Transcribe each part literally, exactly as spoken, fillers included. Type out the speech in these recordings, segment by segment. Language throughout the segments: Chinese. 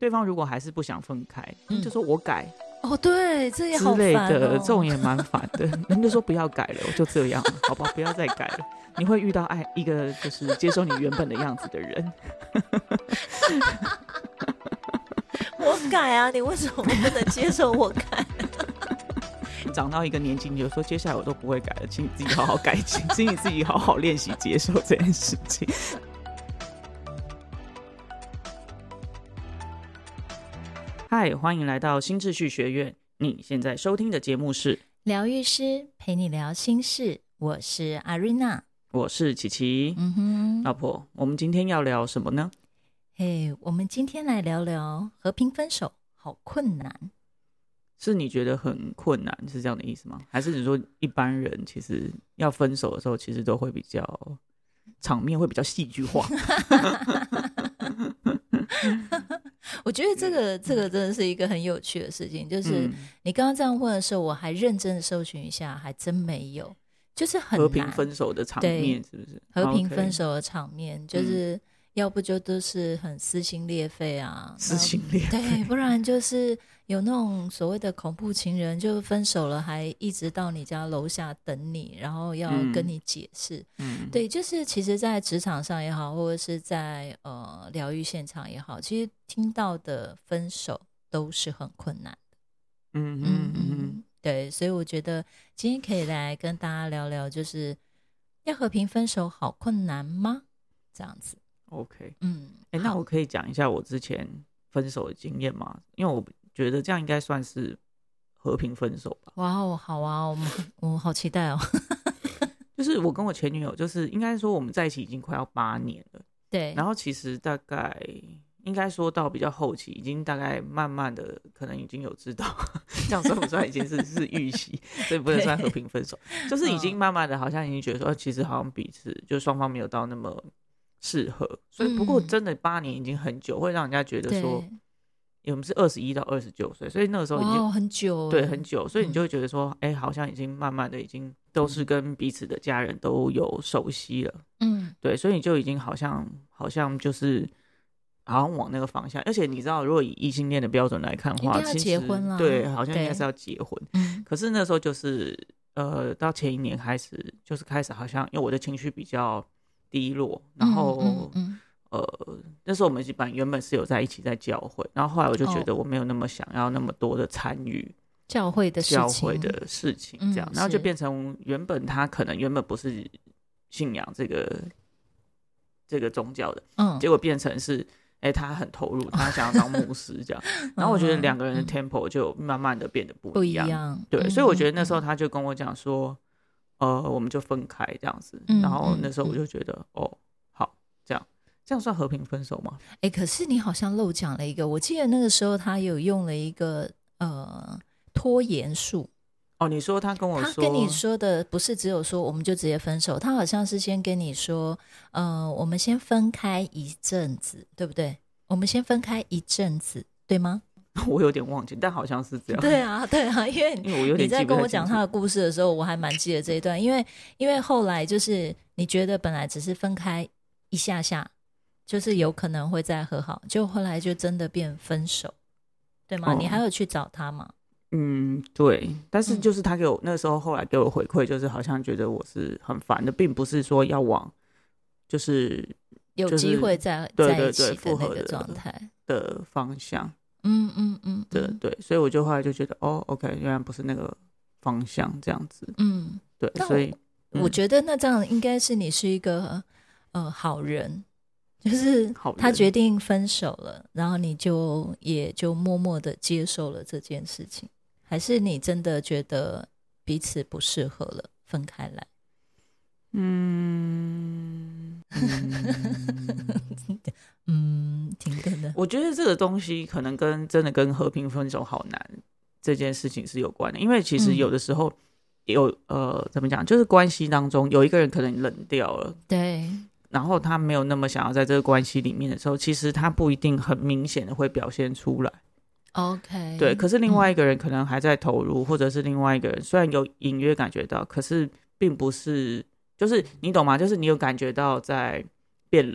对方如果还是不想分开，嗯、就说我改。 哦，对，这也好烦哦， 之类的，这种也蛮烦的。人就说不要改了，我就这样，好吧，不要再改了。你会遇到爱一个就是接受你原本的样子的人。 我改啊，你为什么不能接受我改？ 长到一个年纪，你就说接下来我都不会改了，请你自己好好改进，请你自己好好练习接受这件事情。嗨，欢迎来到新秩序学院。你现在收听的节目是疗愈师陪你聊心事，我是阿瑞娜， 我是琪琪。 嗯哼， 老婆，我们今天要聊什么呢？ 嘿、hey, 我们今天来聊聊和平分手好困难。 是你觉得很困难是这样的意思吗？还是你说一般人其实要分手的时候其实都会比较场面会比较戏剧化？ 我觉得这个这个真的是一个很有趣的事情，就是你刚刚这样问的时候，我还认真的搜寻一下，还真没有，就是很难和平分手的场面，是不是？ 和平分手的场面， okay, 就是要不就都是很撕心裂肺啊， 撕心裂肺， 对，不然就是有那种所谓的恐怖情人，就分手了还一直到你家楼下等你，然后要跟你解释。嗯，对，就是其实在职场上也好，或者是在呃疗愈现场也好，其实听到的分手都是很困难的。嗯嗯嗯，对，所以我觉得今天可以来跟大家聊聊，就是要和平分手好困难吗？这样子。 OK， 嗯，哎、欸，那我可以讲一下我之前分手的经验吗？因为我觉得这样应该算是和平分手吧。 哇哦，好啊，我们我好期待哦。 就是我跟我前女友，就是应该说我们在一起已经快要八年了。 对。 然后其实大概应该说到比较后期，已经大概慢慢的可能已经有知道，这样算不算已经是是预习，所以不能算和平分手。就是已经慢慢的好像已经觉得说，其实好像彼此就双方没有到那么适合，所以不过真的八年已经很久，会让人家觉得说，因为我们是二十一到二十九岁，所以那个时候已经、 哦、很久， 对，很久，所以你就会觉得说，哎、嗯欸，好像已经慢慢的已经都是跟彼此的家人都有熟悉了，嗯，对，所以你就已经好像好像就是好像往那个方向，而且你知道，如果以异性恋的标准来看的话， 应该要结婚了， 对，好像应该是要结婚，嗯，可是那时候就是呃，到前一年开始，就是开始好像因为我的情绪比较低落，然后、嗯嗯嗯、呃，那时候我们基本原本是有在一起在教会，然后后来我就觉得我没有那么想要那么多的参与教会的事情， 教会的事情这样、嗯，然后就变成原本他可能原本不是信仰这个这个宗教的，嗯，结果变成是哎、欸，他很投入，他想要当牧师这样，然后我觉得两个人的 tempo 就慢慢的变得不一样，不一样对、嗯，所以我觉得那时候他就跟我讲说。呃，我们就分开这样子、嗯，然后那时候我就觉得，嗯、哦，好，这样，这样算和平分手吗？ 哎、欸，可是你好像漏讲了一个，我记得那个时候他有用了一个呃拖延术。 哦，你说他跟我说， 他跟你说的不是只有说我们就直接分手，他好像是先跟你说，呃，我们先分开一阵子，对不对？我们先分开一阵子，对吗？ 我有点忘记，但好像是这样。 对啊，对啊，因为你在跟我讲他的故事的时候，我还蛮记得这一段。因为因为后来就是你觉得本来只是分开一下下，就是有可能会再和好，就后来就真的变分手，对吗？哦、你还有去找他吗？ 嗯，对。但是就是他给我、嗯、那时候后来给我回馈，就是好像觉得我是很烦的，并不是说要往就是有机会再、就是、在一起的那个状态的方向。 嗯嗯嗯， 对对，所以我就后来就觉得，哦 ，OK， 原来不是那个方向这样子。嗯，对，所以我、嗯、我觉得那这样应该是你是一个呃好人，就是他决定分手了，然后你就也就默默的接受了这件事情，还是你真的觉得彼此不适合了，分开来？嗯嗯嗯，挺跟的。 我觉得这个东西可能跟真的跟和平分手好难这件事情是有关的，因为其实有的时候有、嗯、呃怎么讲，就是关系当中有一个人可能冷掉了， 对， 然后他没有那么想要在这个关系里面的时候，其实他不一定很明显的会表现出来。 OK， 对，可是另外一个人可能还在投入、嗯、或者是另外一个人虽然有隐约感觉到，可是并不是，就是你懂吗？就是你有感觉到在变冷，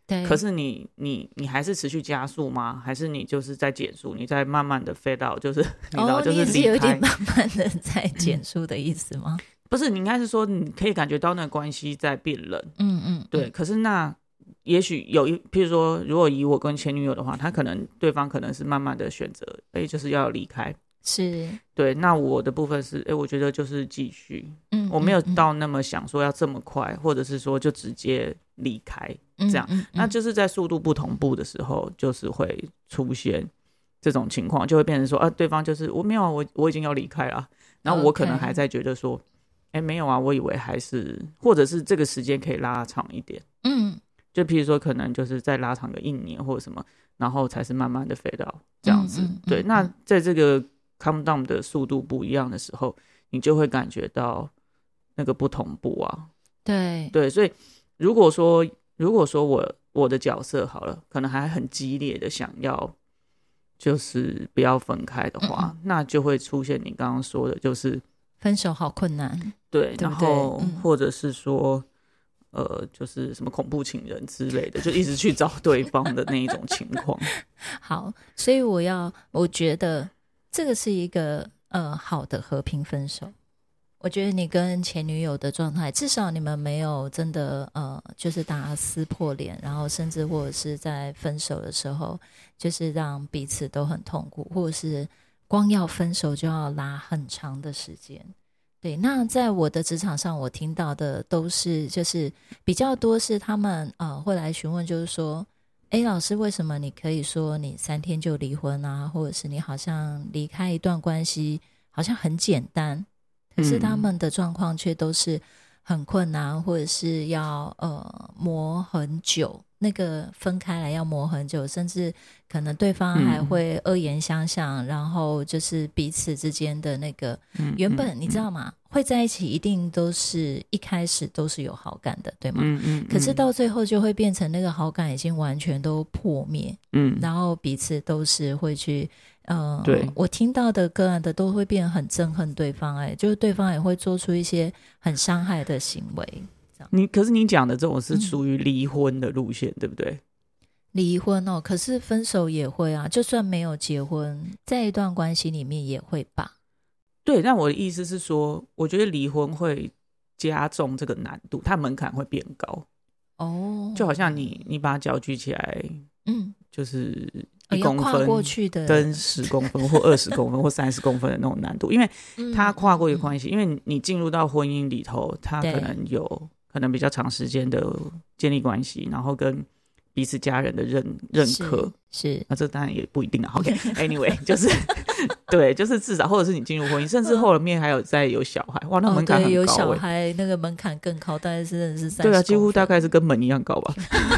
对， 可是你你你还是持续加速吗？还是你就是在减速，你在慢慢的 fade out， 就是你知道、 哦、 就是离开， 你也是有点慢慢的在减速的意思吗？ 不是，你应该是说你可以感觉到那个关系在变冷。 嗯嗯， 对。可是那也许有一，譬如说，如果以我跟前女友的话，他可能对方可能是慢慢的选择，哎，就是要离开。 是， 对。那我的部分是，哎，我觉得就是继续，嗯，我没有到那么想说要这么快，或者是说就直接离开这样、嗯嗯嗯、那就是在速度不同步的时候，就是会出现这种情况，就会变成说啊，对方就是我没有啊，我我已经要离开了，然后我可能还在觉得说，哎、okay. 没有啊，我以为还是，或者是这个时间可以拉长一点，嗯，就譬如说可能就是再拉长个一年或者什么，然后才是慢慢的飞到这样子、嗯嗯嗯、对。那在这个 calm down 的速度不一样的时候，你就会感觉到那个不同步啊。 对对，所以如果说如果说我我的角色好了，可能还很激烈的想要就是不要分开的话、嗯、那就会出现你刚刚说的，就是分手好困难。 对, 对, 对， 然后、嗯、或者是说呃，就是什么恐怖情人之类的，就一直去找对方的那一种情况。 好，所以我要我觉得这个是一个呃好的和平分手。我觉得你跟前女友的状态，至少你们没有真的呃，就是大家撕破脸，然后甚至或者是在分手的时候，就是让彼此都很痛苦，或者是光要分手就要拉很长的时间。对，那在我的职场上，我听到的都是就是比较多是他们呃会来询问，就是说，哎，老师，为什么你可以说你三天就离婚啊，或者是你好像离开一段关系好像很简单，可是他们的状况却都是很困难，或者是要呃磨很久，那个分开来要磨很久，甚至可能对方还会恶言相向、嗯、然后就是彼此之间的那个、嗯、原本你知道吗、嗯、会在一起一定都是一开始都是有好感的，对吗？嗯嗯嗯、可是到最后就会变成那个好感已经完全都破灭，嗯，然后彼此都是会去呃，对，我听到的个案的都会变得很憎恨对方，哎，就是对方也会做出一些很伤害的行为。 你可是你讲的这种是属于离婚的路线、嗯、对不对？ 离婚哦，可是分手也会啊，就算没有结婚，在一段关系里面也会吧。 对，但我的意思是说，我觉得离婚会加重这个难度，它门槛会变高。哦，就好像你你把脚举起来，嗯，就是一公分、哦、 跨过去的跟十公分或二十公分或三十公分的那种难度，因为它跨过一个关系、嗯、因为你进入到婚姻里头，它可能有可能比较长时间的建立关系，然后跟彼此家人的认认可， 是，是那这当然也不一定啊。OK，Anyway，、okay, 就是对，就是至少或者是你进入婚姻，甚至后面还有再有小孩，哇，那门槛很高、欸哦、对， 有小孩那个门槛更高，大概是真的是三十， 对啊，几乎大概是跟门一样高吧。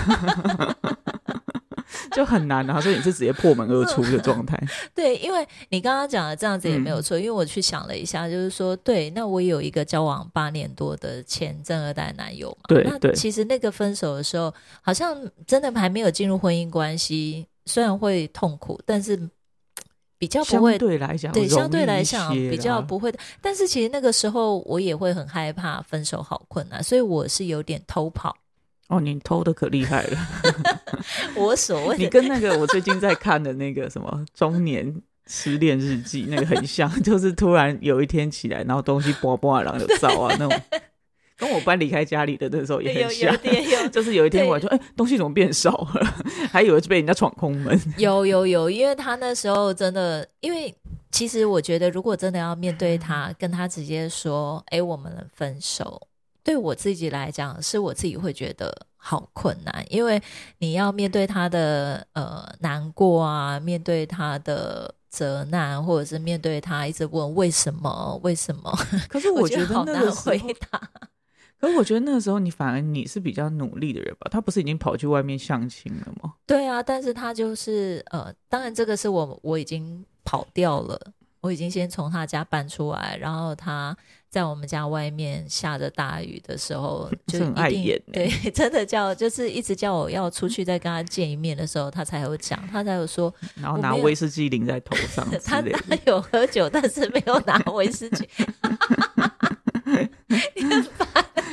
就很难啊，所以你是直接破门而出的状态。 对，因为你刚刚讲的这样子也没有错、嗯、因为我去想了一下，就是说对，那我有一个交往八年多的前正二代男友嘛， 对， 那其实那个分手的时候好像真的还没有进入婚姻关系，虽然会痛苦，但是比较不会， 相对来讲对，相对来讲比较不会，但是其实那个时候我也会很害怕分手好困难，所以我是有点偷跑。 哦，你偷的可厉害了。 我所谓的你跟那个我最近在看的那个什么中年失恋日记那个很像，就是突然有一天起来，然后东西叭叭然后有照啊那种，跟我搬离开家里的那时候也很像，有有有就是有一天我就哎、欸、东西怎么变少了，还以为是被人家闯空门。 有有有，因为他那时候真的，因为其实我觉得如果真的要面对他，跟他直接说哎、欸、我们能分手，对我自己来讲是我自己会觉得好困难，因为你要面对他的呃难过啊，面对他的责难，或者是面对他一直问为什么为什么， 可是我觉得好难回答。 可是我觉得那个时候你反而你是比较努力的人吧，他不是已经跑去外面相亲了吗？ 对啊，但是他就是呃当然这个是我我已经跑掉了，我已经先从他家搬出来，然后他在我们家外面下着大雨的时候就一定很碍眼、欸、 对，真的叫就是一直叫我要出去再跟他见一面的时候，他才有讲，他才有说， 然后拿威士忌淋在头上之类的。 他有喝酒但是没有拿威士忌。你很烦，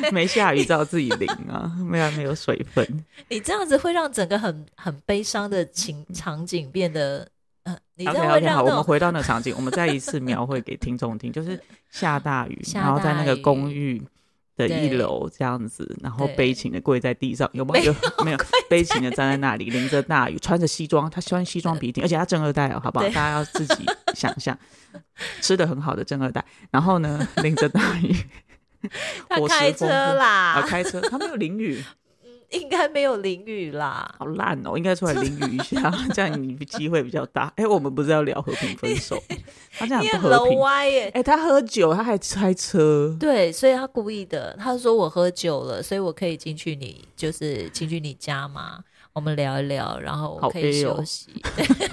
没下雨只好自己淋啊，没有没有水分。 你这样子会让整个很很悲伤的情场景变得呃，你这样 OK 会 OK 让好，我们回到那个场景，我们再一次描绘给听众听，就是下大雨， 下大雨然后在那个公寓的一楼这样子，然后悲情的跪在地上，有没有？没有，悲情的站在那里，淋着大雨，穿着西装，他穿西装笔挺，而且他正二代哦，好不好？大家要自己想象，吃的很好的正二代，然后呢，淋着大雨， 他开车啦， 啊，开车，他没有淋雨。 应该没有淋雨啦， 好烂哦！应该出来淋雨一下，这样你机会比较大。哎、欸，我们不是要聊和平分手？他这样不和平耶！哎、欸，他喝酒，他还开车， 对，所以他故意的。他说我喝酒了，所以我可以进去你，就是进去你家嘛，我们聊一聊，然后我可以休息。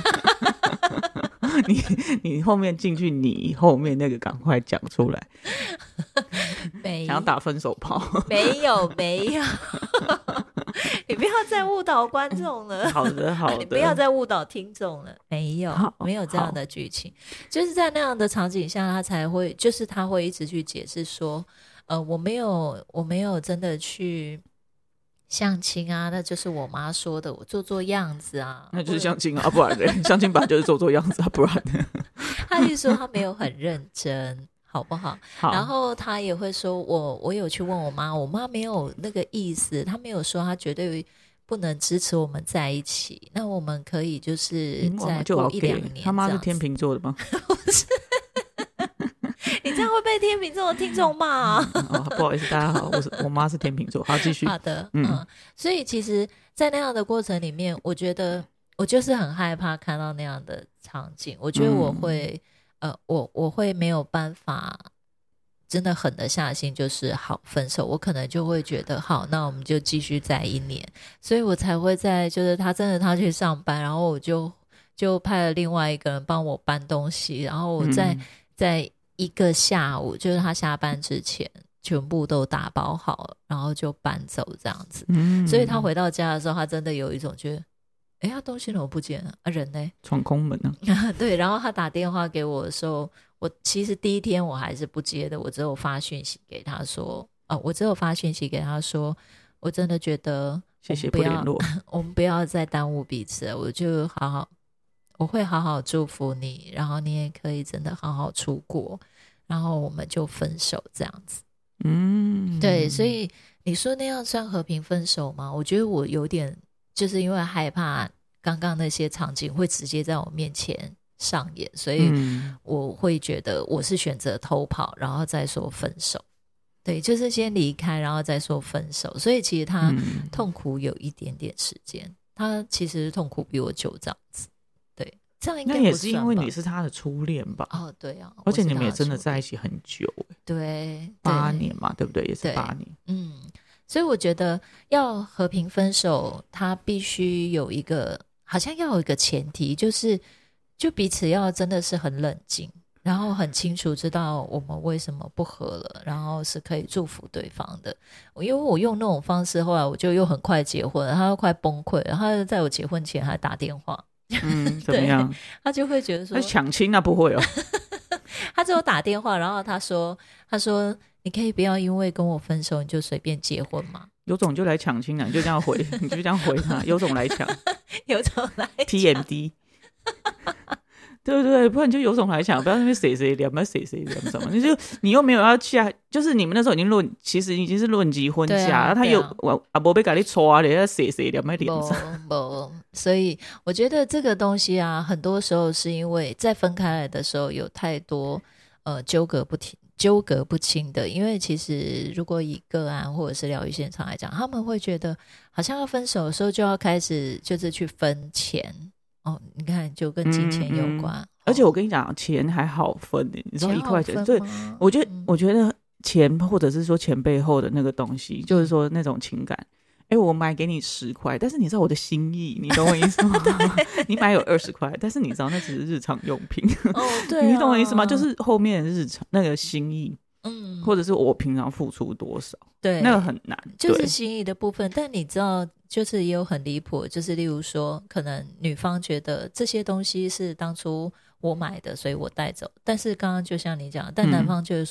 你你后面进去，你后面那个赶快讲出来。 没想要打分手炮？ 没有没有。你不要再误导观众了。 好的好的， 你不要再误导听众了。没有没有这样的剧情，就是在那样的场景下，他才会，就是他会一直去解释说，呃，我没有我没有真的去相亲啊，那就是我妈说的，我做做样子啊。 那就是相亲啊，不然呢？相亲本来就是做做样子啊，不然呢？ 他就说他没有很认真。好不好？好，然后他也会说我我有去问我妈，我妈没有那个意思，她没有说她绝对不能支持我们在一起，那我们可以就是再过一两年。 他妈是天秤座的吗？ 不是。你这样会被天秤座的听众骂啊、 嗯哦！不好意思，大家好，我是我妈是天秤座。好，继续。 好的，嗯，嗯所以其实在那样的过程里面，我觉得我就是很害怕看到那样的场景，我觉得我会、嗯、呃，我我会没有办法真的狠得下心，就是好分手，我可能就会觉得好，那我们就继续再一年，所以我才会在就是他真的他去上班，然后我就就派了另外一个人帮我搬东西，然后我在、嗯、在一个下午，就是他下班之前全部都打包好了，然后就搬走这样子、嗯、所以他回到家的时候，他真的有一种觉得哎，他东西怎么不见了啊？人呢？ 闯空门啊！ 对，然后他打电话给我的时候，我其实第一天我还是不接的，我只有发讯息给他说，呃，我只有发讯息给他说，我真的觉得谢谢不联络， 我们不要再耽误彼此了，我就好好，我会好好祝福你，然后你也可以真的好好出国，然后我们就分手这样子。嗯，对，所以你说那样算和平分手吗？我觉得我有点。就是因为害怕刚刚那些场景会直接在我面前上演，所以我会觉得我是选择偷跑然后再说分手。对，就是先离开然后再说分手，所以其实他痛苦有一点点时间、嗯、他其实痛苦比我久这样子。对，这样应该不算吧。 那也是因为你是他的初恋吧？ 哦，对啊， 而且你们也真的在一起很久。 对， 八年嘛，对不对？也是八年。 嗯，所以我觉得要和平分手，他必须有一个，好像要有一个前提，就是就彼此要真的是很冷静，然后很清楚知道我们为什么不合了，然后是可以祝福对方的。因为我用那种方式，后来我就又很快结婚了，他又快崩溃了，他在我结婚前还打电话。 嗯，怎么样？ 他就会觉得说， 他抢亲啊？不会哦。 他只有打电话，然后他说，他说。你可以不要因为跟我分手你就随便结婚吗？ 有种就来抢亲啊，你就这样回你就这样回他，有种来抢有种来抢 T M D 对不对？不然就有种来抢，不要那边谁谁聊，不要谁谁聊什么，你就你又没有要下，就是你们那时候已经论，其实已经是论及婚嫁，啊、他有我啊不被给你戳你，谁谁聊在脸上， 不，所以我觉得这个东西啊，很多时候是因为在分开来的时候有太多呃纠葛不停。纠葛不清的，因为其实如果以个案或者是疗愈现场来讲，他们会觉得好像要分手的时候就要开始就是去分钱哦，你看就跟金钱有关、嗯嗯哦、而且我跟你讲钱还好分的，你知道一块钱，对，我觉得、嗯、我觉得钱或者是说钱背后的那个东西，就是说那种情感，哎，我买给你十块，但是你知道我的心意，你懂我意思吗？你买有二十块，但是你知道那只是日常用品。 哦，对、啊， 你懂我意思吗？就是后面的日常那个心意，嗯，或者是我平常付出多少， 对， 那个很难， 就是心意的部分。但你知道，就是也有很离谱，就是例如说，可能女方觉得这些东西是当初我买的，所以我带走，但是刚刚就像你讲，但男方就是说。嗯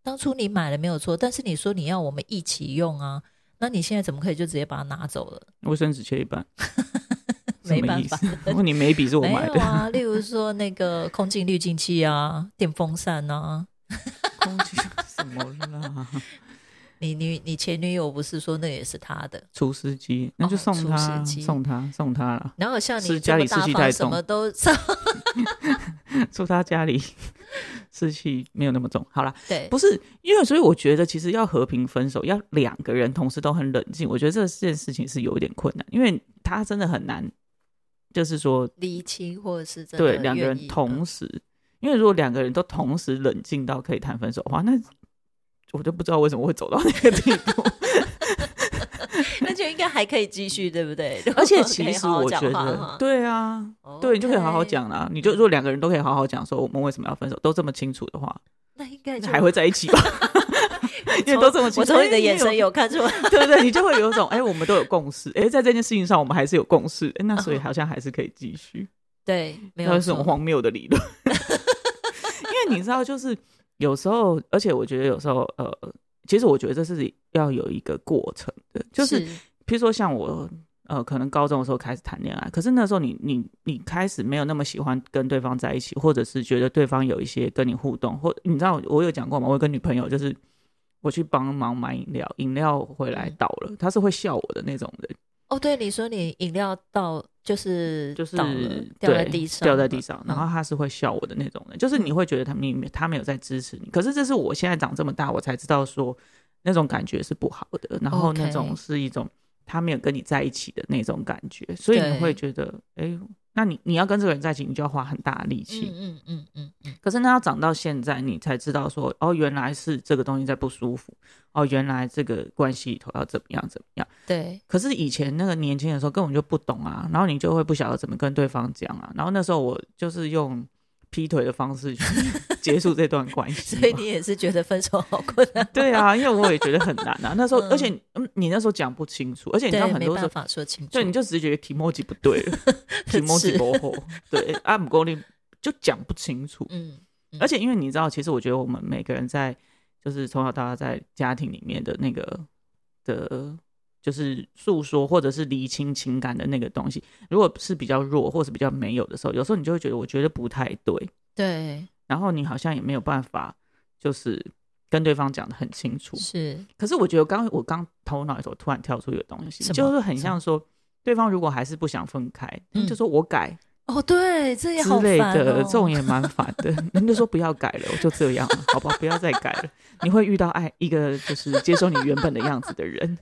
当初你买了没有错，但是你说你要我们一起用啊，那你现在怎么可以就直接把它拿走了？ 卫生纸切一半没办法， 你每一笔是我买的。 没有啊，例如说那个空净滤净器啊，电风扇啊。 空气什么啦？ 你女你前女友不是说那也是她的除湿机，那就送她、 哦、 送她送她了。 然后像你家里湿气太重， 什么都送， 祝她家里湿气没有那么重。好啦， 对， 不是因为，所以我觉得其实要和平分手，要两个人同时都很冷静，我觉得这件事情是有点困难，因为他真的很难，就是说离清或者是真的对两个人同时，因为如果两个人都同时冷静到可以谈分手的话，那我就不知道为什么会走到那个地步。 那就应该还可以继续，对不对？ 而且其实我觉得对啊、okay. 对，你就可以好好讲啦。你就如果两个人都可以好好讲说我们为什么要分手，都这么清楚的话， 那应该就还会在一起吧。因为都这么清楚， 我从你的眼神有看出来。 对对对，你就会有一种哎、欸，我们都有共识，哎、欸，在这件事情上我们还是有共识、欸、那所以好像还是可以继续。 对，没有那是什么荒谬的理论。因为你知道就是有时候，而且我觉得有时候呃其实我觉得这是要有一个过程的，就是譬如说像我呃可能高中的时候开始谈恋爱，可是那时候你你你开始没有那么喜欢跟对方在一起，或者是觉得对方有一些跟你互动，或你知道我有讲过吗？我有个女朋友，就是我去帮忙买饮料，饮料回来倒了，她是会笑我的那种人。 哦，对，你说你饮料倒就是就是倒了掉在地上， 掉在地上，然后他是会笑我的那种人，嗯、就是你会觉得他你他没有在支持你，可是这是我现在长这么大我才知道说那种感觉是不好的，然后那种是一种他没有跟你在一起的那种感觉，所以你会觉得哎，那你你要跟这个人在一起，你就要花很大的力气。 嗯嗯嗯嗯。 可是那要长到现在，你才知道说，哦，原来是这个东西在不舒服，哦，原来这个关系里头要怎么样怎么样。 对。 可是以前那个年轻的时候根本就不懂啊，然后你就会不晓得怎么跟对方讲啊。然后那时候我就是用劈腿的方式去结束这段关系。 所以你也是觉得分手好困难？ 对啊，因为我也觉得很难啊。那时候，嗯、而且嗯，你那时候讲不清楚，而且你知道很多时候没办法说清楚， 对，你就只是觉得题目记不对了，题目记不好，对，啊，不过你就讲不清楚。嗯，嗯而且因为你知道，其实我觉得我们每个人在就是从小到大在家庭里面的那个的。就是诉说或者是厘清情感的那个东西，如果是比较弱或是比较没有的时候，有时候你就会觉得我觉得不太对， 对， 然后你好像也没有办法就是跟对方讲得很清楚。 是， 可是我觉得刚我刚头脑里头突然跳出一个东西，就是很像说对方如果还是不想分开，嗯、就说我改。 哦，对，这也好烦哦， 之类的，这种也蛮烦的。你就说不要改了，我就这样了，好不好？不要再改了，你会遇到爱一个就是接受你原本的样子的人。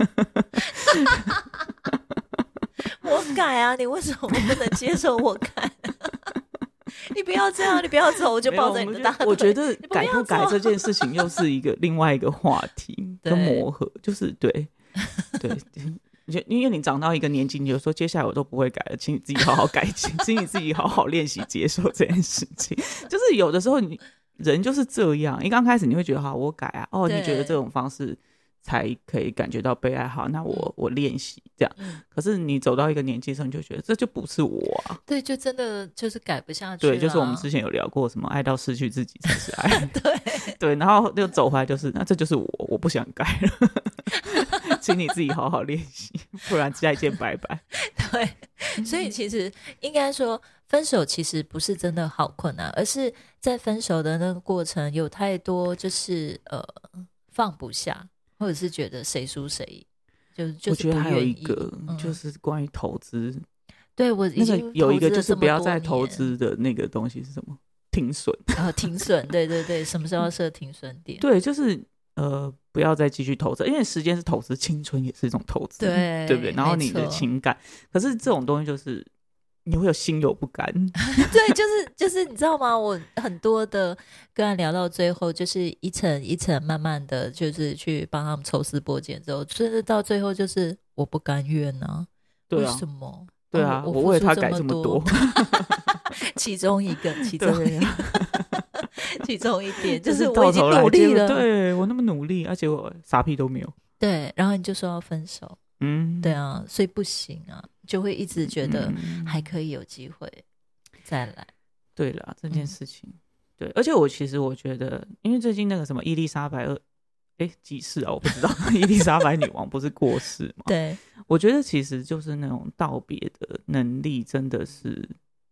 我改啊，你为什么不能接受我改？你不要这样，你不要走，我就抱着你的大腿。 我觉得改不改这件事情又是一个另外一个话题跟磨合，就是对对。因为你长到一个年纪，你就说接下来我都不会改了，请你自己好好改进，请你自己好好练习接受这件事情。就是有的时候你人就是这样，一刚开始你会觉得好我改啊，哦，你觉得这种方式才可以感觉到被爱，好，那我我练习这样、嗯。可是你走到一个年纪的时候，你就觉得这就不是我啊。 对，就真的就是改不下去。 对，就是我们之前有聊过什么爱到失去自己才是爱。 对对，然后就走回来就是那这就是我，我不想改了。请你自己好好练习，不然再见拜拜。 对，所以其实应该说分手其实不是真的好困难，而是在分手的那个过程有太多就是呃放不下，或者是觉得谁输谁赢，就就是不愿意。我觉得还有一个、 嗯、就是关于投资， 对，我已经、 那个、有一个就是不要再投资的那个东西是什么？停损。 呃，停损，对对对，什么时候要设停损点？ 对，就是呃，不要再继续投资，因为时间是投资，青春也是一种投资， 对， 对不对？然后你的情感，可是这种东西就是你会有心有不甘。 对，就是就是你知道吗？我很多的跟他聊到最后，就是一层一层慢慢的就是去帮他们抽丝剥茧之后，甚至到最后就是我不甘愿啊， 对啊， 为什么？ 对啊，我, 我为了他改这么多， 其中一个，其中一个。其中一点就是我已经努力了， 对，我那么努力，而且我啥屁都没有。 对，然后你就说要分手，嗯，对啊，所以不行啊，就会一直觉得还可以有机会再来。 对啦，这件事情、嗯、 对，而且我其实我觉得，因为最近那个什么伊丽莎白二，哎，几世啊？我不知道，伊丽莎白女王不是过世吗？ 对， 我觉得其实就是那种道别的能力真的是，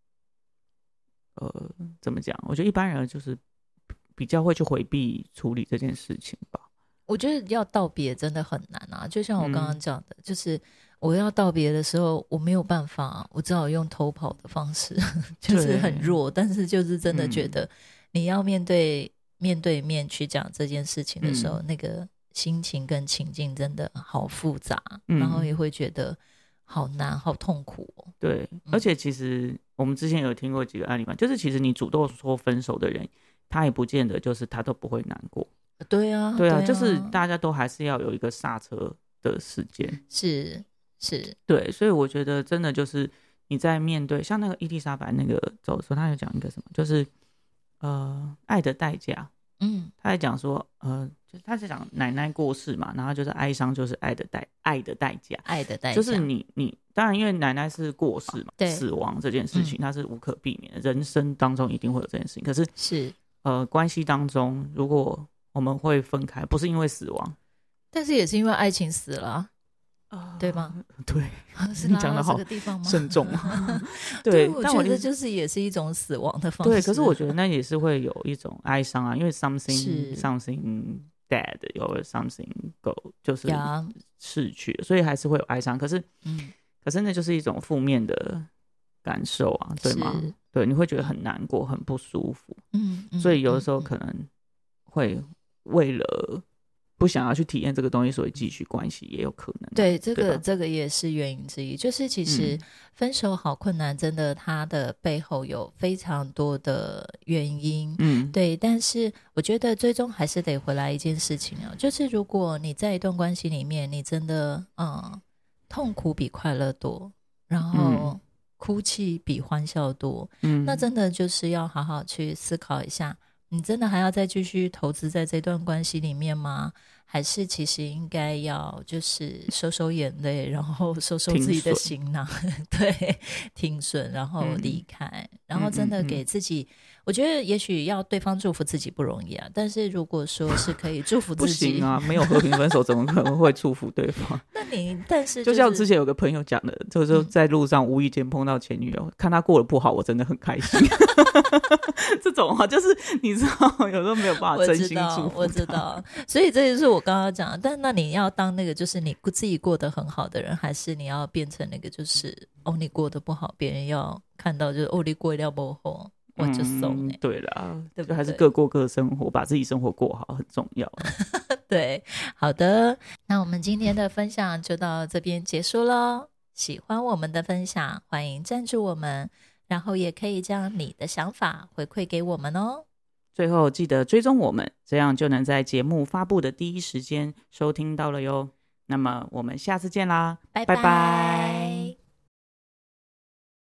呃，怎么讲？我觉得一般人就是比较会去回避处理这件事情吧。 我觉得要道别真的很难啊，就像我刚刚讲的、嗯、就是我要道别的时候我没有办法，我只好用偷跑的方式就是很弱，但是就是真的觉得你要面对、嗯、面对面去讲这件事情的时候、嗯、那个心情跟情境真的好复杂、嗯、然后也会觉得好难好痛苦、哦、 对、嗯、而且其实我们之前有听过几个案例嘛，就是其实你主动说分手的人他也不见得就是他都不会难过。 对啊， 对啊， 对啊， 就是大家都还是要有一个刹车的时间， 是是， 对，所以我觉得真的就是你在面对像那个伊丽莎白那个走的时候，他有讲一个什么，就是呃爱的代价，嗯，他在讲说呃，就是他在讲奶奶过世嘛，然后就是哀伤就是爱的代爱的代价， 爱的代价， 就是你你当然因为奶奶是过世嘛，对，死亡这件事情它是无可避免的、嗯，人生当中一定会有这件事情，可是是呃关系当中如果我们会分开，不是因为死亡， 但是也是因为爱情死了、啊呃、对吗？ 对， 是你讲得好慎重对， 对，我觉得就是也是一种死亡的方式。 对，可是我觉得那也是会有一种哀伤啊，因为 something something dead 有 something go 就是逝去了，所以还是会有哀伤。可是、嗯、可是那就是一种负面的感受啊，对吗？对，你会觉得很难过，很不舒服。嗯，所以有的时候可能会为了不想要去体验这个东西，所以继续关系也有可能。 对，这个这个也是原因之一。就是其实分手好困难，真的它的背后有非常多的原因。嗯，对。但是我觉得最终还是得回来一件事情啊，就是如果你在一段关系里面，你真的嗯痛苦比快乐多，然后哭泣比欢笑多，嗯，那真的就是要好好去思考一下。你真的还要再继续投资在这段关系里面吗？还是其实应该要就是收收眼泪，然后收收自己的心囊，对，停损，然后离开、嗯、然后真的给自己、嗯嗯嗯、我觉得也许要对方祝福自己不容易啊，但是如果说是可以祝福自己不行啊，没有和平分手怎么可能会祝福对方那你但是、 就是、就像之前有个朋友讲的，就是在路上无意间碰到前女友、嗯、看他过得不好我真的很开心这种啊，就是你知道有时候没有办法真心祝福， 我知道我知道，所以这就是我刚刚讲的。但那你要当那个就是你自己过得很好的人，还是你要变成那个就是哦你过得不好别人要看到就是哦你过得不好我就送、欸嗯、对啦，对不对？还是各过各生活，把自己生活过好很重要对，好的，那我们今天的分享就到这边结束咯。喜欢我们的分享欢迎赞助我们，然后也可以将你的想法回馈给我们哦。 最后记得追踪我们，这样就能在节目发布的第一时间收听到了哟。那么我们下次见啦，拜拜。